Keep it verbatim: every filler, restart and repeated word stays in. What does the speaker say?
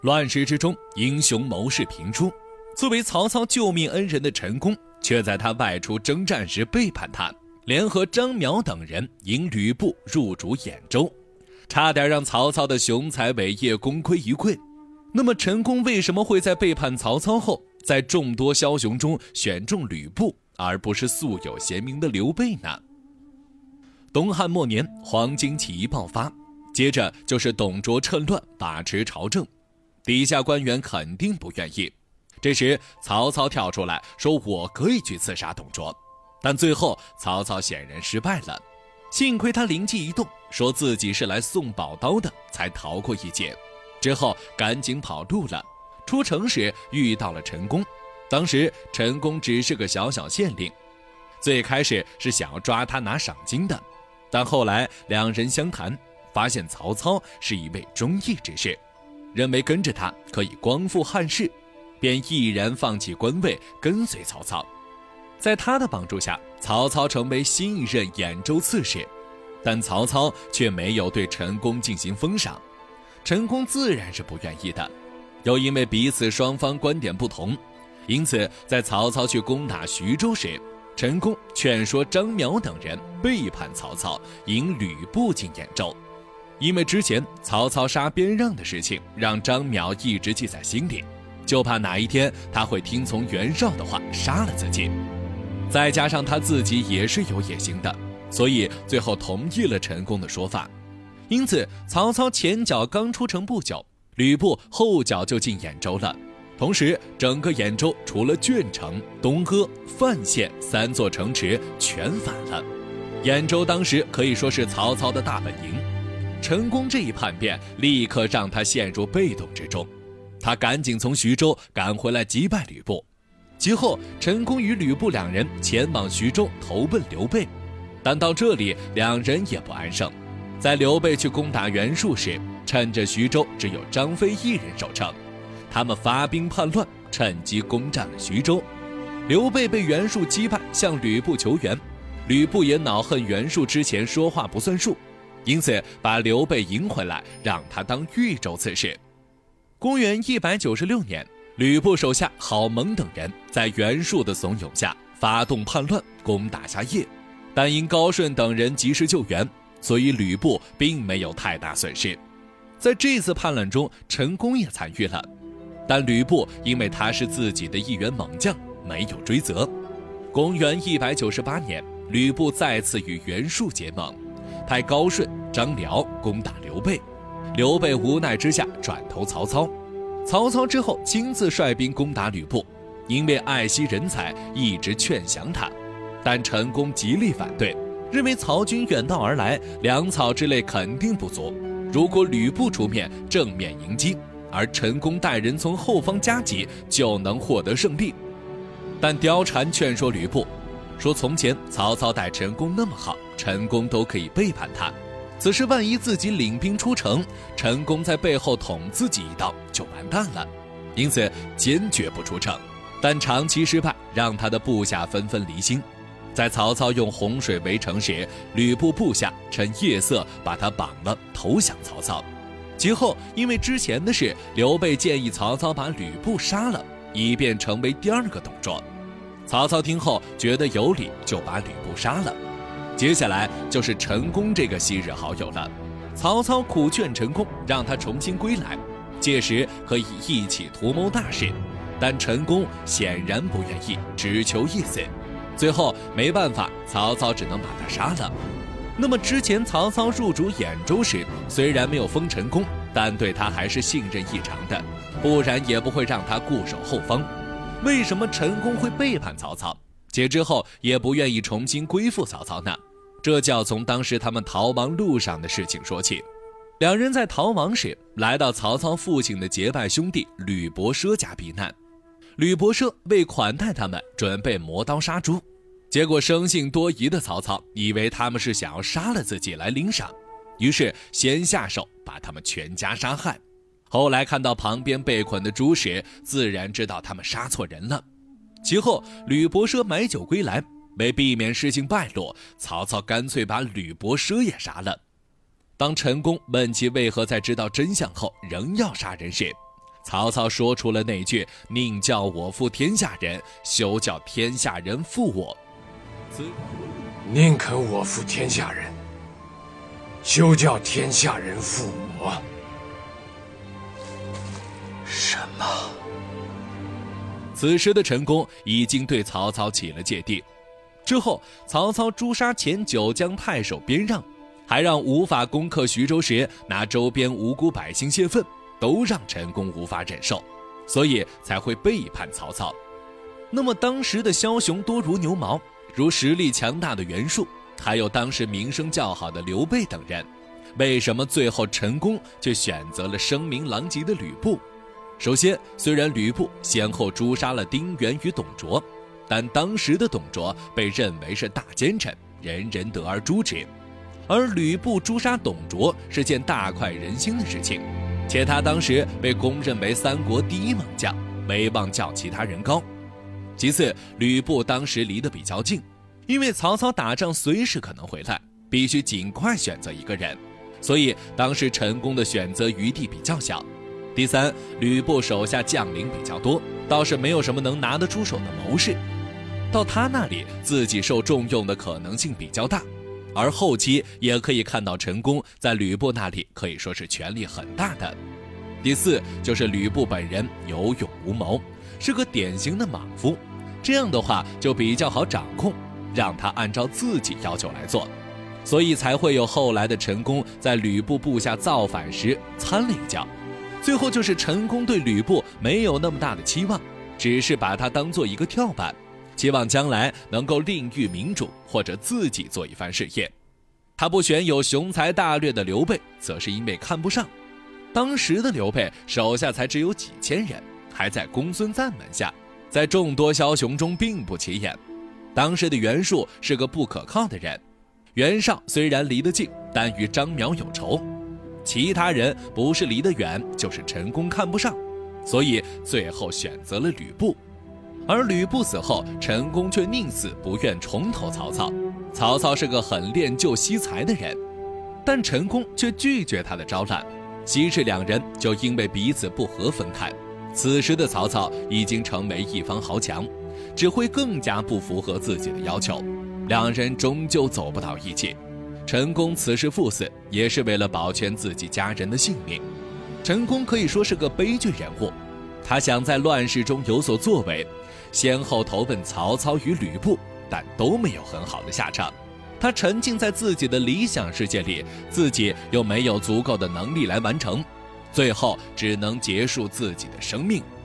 乱世之中，英雄谋士频出。作为曹操救命恩人的陈宫，却在他外出征战时背叛他，联合张邈等人引吕布入主兖州，差点让曹操的雄才伟业功亏一篑。那么陈宫为什么会在背叛曹操后，在众多枭雄中选中吕布，而不是素有贤名的刘备呢？东汉末年，黄巾起义爆发，接着就是董卓趁乱把持朝政，底下官员肯定不愿意。这时曹操跳出来说，我可以去刺杀董卓，但最后曹操显然失败了。幸亏他灵机一动，说自己是来送宝刀的，才逃过一劫。之后赶紧跑路了。出城时遇到了陈宫，当时陈宫只是个小小县令，最开始是想要抓他拿赏金的，但后来两人相谈，发现曹操是一位忠义之士，认为跟着他可以光复汉室，便毅然放弃官位跟随曹操。在他的帮助下，曹操成为新一任兖州刺史，但曹操却没有对陈宫进行封赏。陈宫自然是不愿意的，又因为彼此双方观点不同，因此在曹操去攻打徐州时，陈宫劝说张邈等人背叛曹操，引吕布进兖州。因为之前曹操杀边让的事情让张邈一直记在心里，就怕哪一天他会听从袁绍的话杀了自己。再加上他自己也是有野心的，所以最后同意了陈宫的说法。因此曹操前脚刚出城不久，吕布后脚就进兖州了。同时整个兖州除了鄄城、东阿、范县三座城池全反了。兖州当时可以说是曹操的大本营，陈宫这一叛变立刻让他陷入被动之中，他赶紧从徐州赶回来击败吕布。其后陈宫与吕布两人前往徐州投奔刘备，但到这里两人也不安生。在刘备去攻打袁术时，趁着徐州只有张飞一人守城，他们发兵叛乱，趁机攻占了徐州。刘备被袁术击败，向吕布求援，吕布也恼恨袁术之前说话不算数，因此把刘备迎回来，让他当豫州刺史。公元一百九十六年，吕布手下郝萌等人在袁术的怂恿下发动叛乱，攻打下邺，但因高顺等人及时救援，所以吕布并没有太大损失。在这次叛乱中，陈宫也参与了，但吕布因为他是自己的一员猛将，没有追责。公元一百九十八年，吕布再次与袁术结盟，派高顺、张辽攻打刘备。刘备无奈之下转投曹操，曹操之后亲自率兵攻打吕布，因为爱惜人才，一直劝降他，但陈宫极力反对，认为曹军远道而来，粮草之类肯定不足，如果吕布出面正面迎击，而陈宫带人从后方夹击，就能获得胜利。但貂蝉劝说吕布，说从前曹操待陈宫那么好，陈宫都可以背叛他，此时万一自己领兵出城，陈宫在背后捅自己一刀就完蛋了，因此坚决不出城。但长期失败让他的部下纷纷离心。在曹操用洪水围城时，吕布部下趁夜色把他绑了，投降曹操。其后因为之前的事，刘备建议曹操把吕布杀了，以便成为第二个董卓。曹操听后觉得有理，就把吕布杀了。接下来就是陈宫这个昔日好友了。曹操苦劝陈宫让他重新归来，届时可以一起图谋大事，但陈宫显然不愿意，只求一死。最后没办法，曹操只能把他杀了。那么之前曹操入主兖州时，虽然没有封陈宫，但对他还是信任异常的，不然也不会让他固守后方。为什么陈宫会背叛曹操，且之后也不愿意重新归附曹操呢？这就要从当时他们逃亡路上的事情说起。两人在逃亡时，来到曹操父亲的结拜兄弟吕伯奢家避难。吕伯奢为款待他们，准备磨刀杀猪，结果生性多疑的曹操以为他们是想要杀了自己来领赏，于是先下手把他们全家杀害。后来看到旁边被捆的猪时，自然知道他们杀错人了。其后吕伯奢买酒归来，为避免事情败露，曹操干脆把吕伯奢也杀了。当陈宫问其为何在知道真相后仍要杀人时， 曹操说出了那句“宁叫我负天下人，休叫天下人负我”。 宁肯我负天下人，休叫天下人负我。 什么？ 此时的陈宫已经对曹操起了芥蒂。之后，曹操诛杀前九江太守边让，还让无法攻克徐州时拿周边无辜百姓泄愤，都让陈宫无法忍受，所以才会背叛曹操。那么当时的枭雄多如牛毛，如实力强大的袁术，还有当时名声较好的刘备等人，为什么最后陈宫却选择了声名狼藉的吕布？首先，虽然吕布先后诛杀了丁原与董卓，但当时的董卓被认为是大奸臣，人人得而诛之，而吕布诛杀董卓是件大快人心的事情，且他当时被公认为三国第一猛将，威望较其他人高。其次，吕布当时离得比较近，因为曹操打仗随时可能回来，必须尽快选择一个人，所以当时陈宫的选择余地比较小。第三，吕布手下将领比较多，倒是没有什么能拿得出手的谋士，到他那里自己受重用的可能性比较大。而后期也可以看到陈宫在吕布那里可以说是权力很大的。第四，就是吕布本人有勇无谋，是个典型的莽夫，这样的话就比较好掌控，让他按照自己要求来做，所以才会有后来的陈宫在吕布部下造反时参了一脚。最后就是陈宫对吕布没有那么大的期望，只是把他当做一个跳板，期望将来能够另遇民主，或者自己做一番事业。他不选有雄才大略的刘备，则是因为看不上。当时的刘备手下才只有几千人，还在公孙瓒门下，在众多枭雄中并不起眼。当时的袁术是个不可靠的人，袁绍虽然离得近，但与张邈有仇，其他人不是离得远，就是陈宫看不上，所以最后选择了吕布。而吕布死后，陈宫却宁死不愿重投曹操。曹操是个很恋旧惜才的人，但陈宫却拒绝他的招揽，昔日两人就因为彼此不和分开。此时的曹操已经成为一方豪强，只会更加不符合自己的要求，两人终究走不到一起。陈宫此时赴死，也是为了保全自己家人的性命。陈宫可以说是个悲剧人物，他想在乱世中有所作为，先后投奔曹操与吕布，但都没有很好的下场。他沉浸在自己的理想世界里，自己又没有足够的能力来完成，最后只能结束自己的生命，